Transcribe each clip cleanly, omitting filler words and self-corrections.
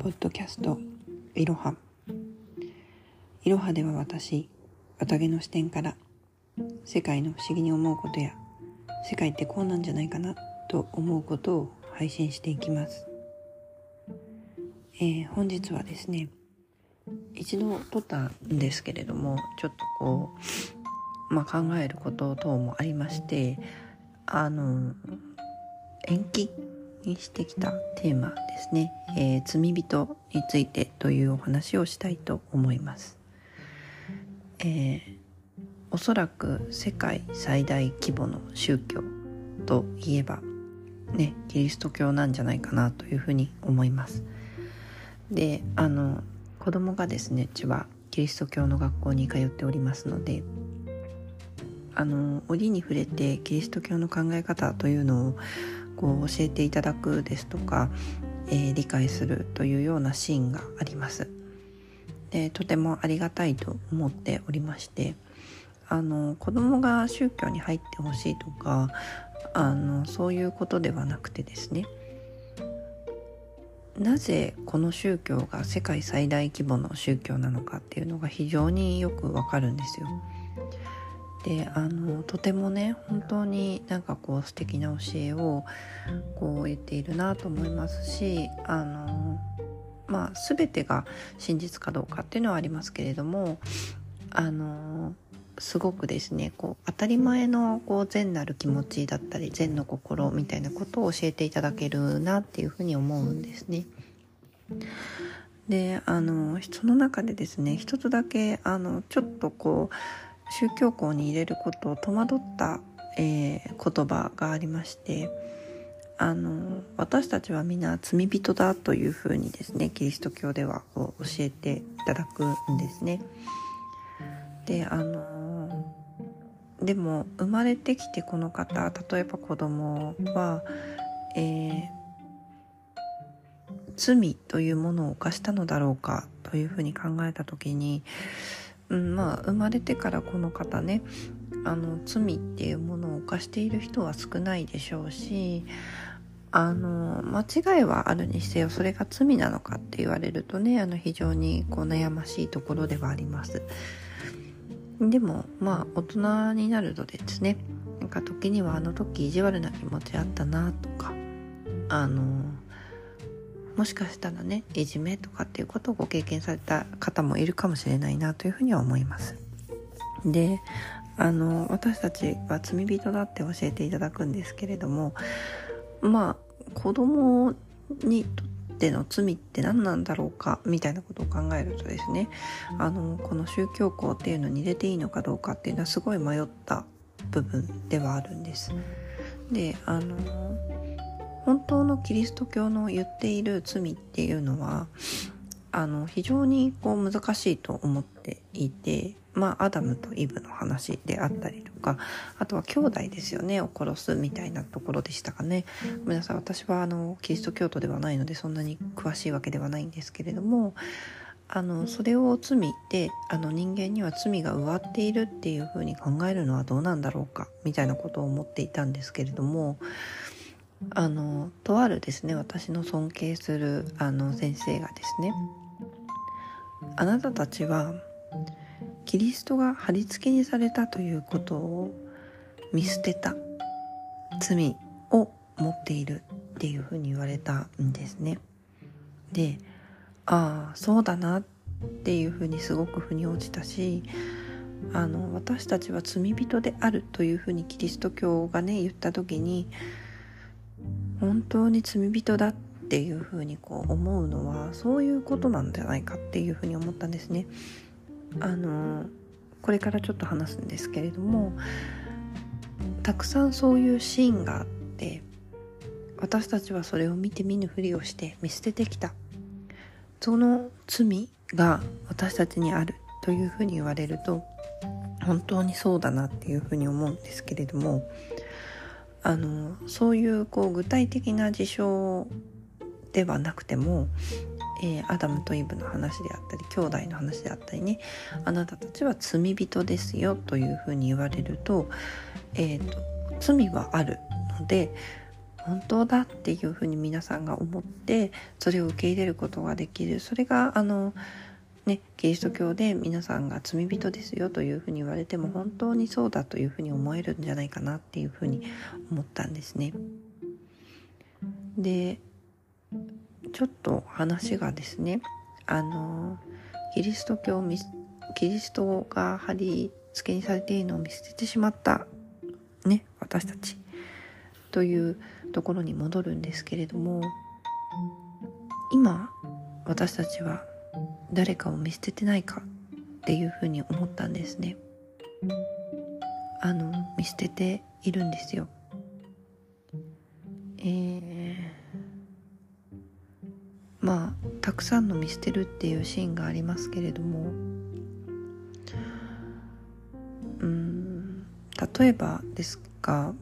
ポッドキャストいろは。いろはでは私、綿毛の視点から世界の不思議に思うことや世界ってこうなんじゃないかなと思うことを配信していきます。本日はですね、一度撮ったんですけれども、ちょっと考えること等もありまして、延期にしてきたテーマですね、罪人についてというお話をしたいと思います。おそらく世界最大規模の宗教といえばね、キリスト教なんじゃないかなというふうに思います。で、子供がですね、うちはキリスト教の学校に通っておりますので、折に触れてキリスト教の考え方というのを教えていただくですとか、理解するというようなシーンがあります。で、とてもありがたいと思っておりまして、子供が宗教に入ってほしいとかそういうことではなくてですね、なぜこの宗教が世界最大規模の宗教なのかっていうのが非常によくわかるんですよ。で、とてもね、本当に素敵な教えを言っているなと思いますし、全てが真実かどうかっていうのはありますけれども、すごくですね、当たり前の善なる気持ちだったり善の心みたいなことを教えていただけるなっていうふうに思うんですね。で、その中でですね、一つだけちょっと宗教校に入れることを戸惑った、言葉がありまして、私たちはみんな罪人だというふうにですね、キリスト教では教えていただくんですね。で、でも生まれてきてこの方、例えば子供は、罪というものを犯したのだろうかというふうに考えたときに、生まれてからこの方ね、罪っていうものを犯している人は少ないでしょうし、間違いはあるにせよ、それが罪なのかって言われるとね、非常に悩ましいところではあります。でも大人になるとですね、時には時意地悪な気持ちあったなとか、もしかしたらね、いじめとかっていうことをご経験された方もいるかもしれないなというふうには思います。で、私たちは罪人だって教えていただくんですけれども、子供にとっての罪って何なんだろうかみたいなことを考えるとですね、この宗教校っていうのに入れていいのかどうかっていうのはすごい迷った部分ではあるんです。で、本当のキリスト教の言っている罪っていうのは非常に難しいと思っていて、アダムとイブの話であったりとか、あとは兄弟ですよね、を殺すみたいなところでしたかね。ごめんなさい、私はキリスト教徒ではないのでそんなに詳しいわけではないんですけれども、それを罪で人間には罪が植わっているっていうふうに考えるのはどうなんだろうかみたいなことを思っていたんですけれども、とあるですね、私の尊敬する先生がですね、あなたたちはキリストが貼り付けにされたということを見捨てた罪を持っているっていうふうに言われたんですね。で、そうだなっていうふうにすごく腑に落ちたし、私たちは罪人であるというふうにキリスト教がね言った時に、本当に罪人だっていうふうに思うのはそういうことなんじゃないかっていうふうに思ったんですね。これからちょっと話すんですけれども、たくさんそういうシーンがあって、私たちはそれを見て見ぬふりをして見捨ててきた。その罪が私たちにあるというふうに言われると本当にそうだなっていうふうに思うんですけれども、そういう具体的な事象ではなくても、アダムとイブの話であったり兄弟の話であったりね、あなたたちは罪人ですよというふうに言われると、罪はあるので、 本当だっていうふうに皆さんが思ってそれを受け入れることができる。それがキリスト教で皆さんが罪人ですよというふうに言われても本当にそうだというふうに思えるんじゃないかなっていうふうに思ったんですね。でちょっと話がですね、キリストが貼り付けにされているのを見捨ててしまったね、私たちというところに戻るんですけれども、今私たちは誰かを見捨ててないかっていうふうに思ったんですね。見捨てているんですよ。たくさんの見捨てるっていうシーンがありますけれども、例えばですが、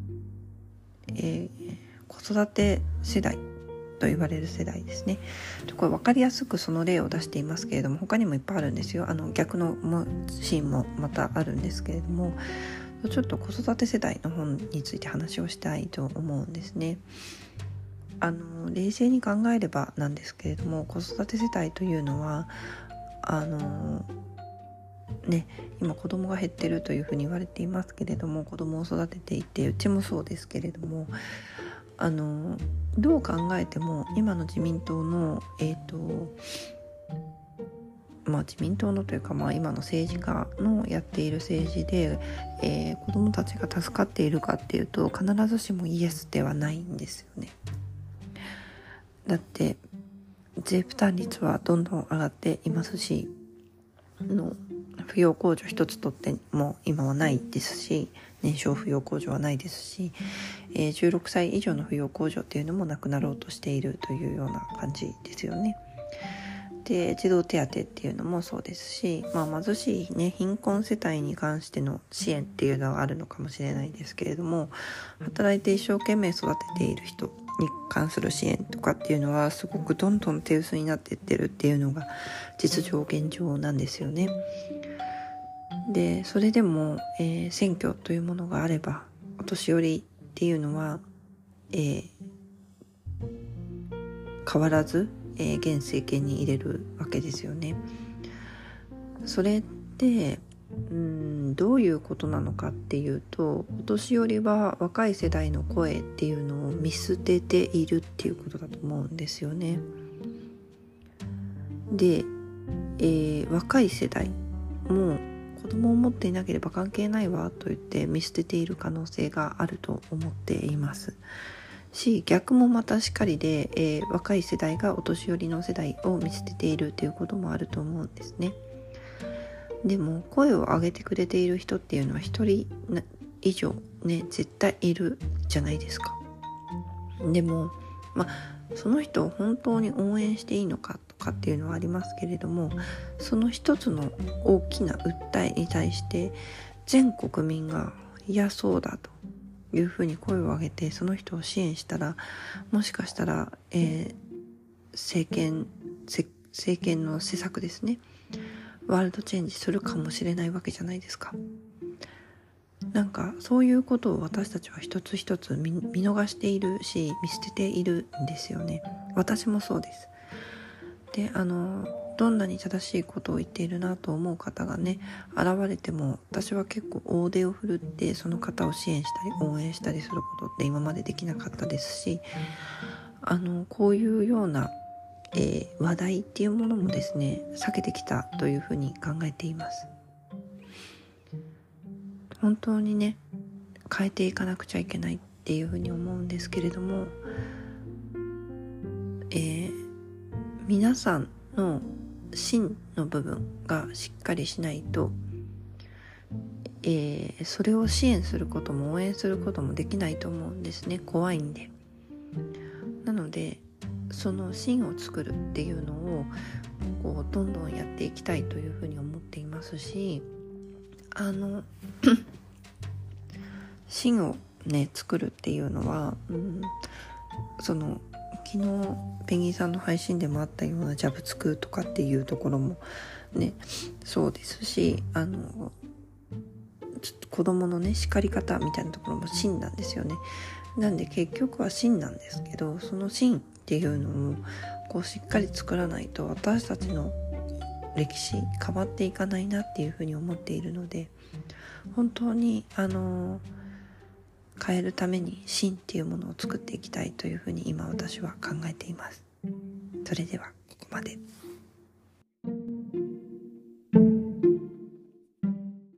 子育て世代と言われる世代ですね。これ分かりやすくその例を出していますけれども、他にもいっぱいあるんですよ。逆のシーンもまたあるんですけれども、ちょっと子育て世代の本について話をしたいと思うんですね。冷静に考えればなんですけれども、子育て世帯というのは今子供が減ってるというふうに言われていますけれども、子供を育てていて、うちもそうですけれども、どう考えても今の自民党の自民党のというか、今の政治家のやっている政治で、子供たちが助かっているかっていうと、必ずしもイエスではないんですよね。だって税負担率はどんどん上がっていますし、扶養控除一つとっても今はないですし、年少扶養控除はないですし、16歳以上の扶養控除っていうのもなくなろうとしているというような感じですよね。で、児童手当っていうのもそうですし、貧しい貧困世帯に関しての支援っていうのはあるのかもしれないですけれども、働いて一生懸命育てている人に関する支援とかっていうのはすごくどんどん手薄になっていってるっていうのが実情現状なんですよね。で、それでも、選挙というものがあれば、お年寄りっていうのは、変わらず、現政権に入れるわけですよね。それってどういうことなのかっていうと、お年寄りは若い世代の声っていうのを見捨てているっていうことだと思うんですよね。で、若い世代も子供を持っていなければ関係ないわと言って見捨てている可能性があると思っていますし、逆もまたしかりで、若い世代がお年寄りの世代を見捨てているということもあると思うんですね。でも声を上げてくれている人っていうのは一人以上ね、絶対いるじゃないですか。でもその人を本当に応援していいのかとかっていうのはありますけれども、その一つの大きな訴えに対して全国民がいやそうだというふうに声を上げてその人を支援したら、もしかしたら、政権の施策ですね、ワールドチェンジするかもしれないわけじゃないですか。そういうことを私たちは一つ一つ見逃しているし、見捨てているんですよね。私もそうです。で、どんなに正しいことを言っているなと思う方がね現れても、私は結構大手を振るってその方を支援したり応援したりすることって今までできなかったですし、こういうような、話題っていうものもですね避けてきたというふうに考えています。本当にね変えていかなくちゃいけないっていうふうに思うんですけれども、皆さんの芯の部分がしっかりしないと、それを支援することも応援することもできないと思うんですね。怖いんで。なのでその芯を作るっていうのをどんどんやっていきたいというふうに思っていますし、芯をね作るっていうのは、昨日ペンギンさんの配信でもあったようなジャブつくとかっていうところもねそうですし、ちょっと子供のね叱り方みたいなところも芯なんですよね。 なんで結局は芯なんですけど、その芯っていうのをこうしっかり作らないと私たちの歴史変わっていかないなっていうふうに思っているので、本当に変えるために芯っていうものを作っていきたいというふうに今私は考えています。それではここまで。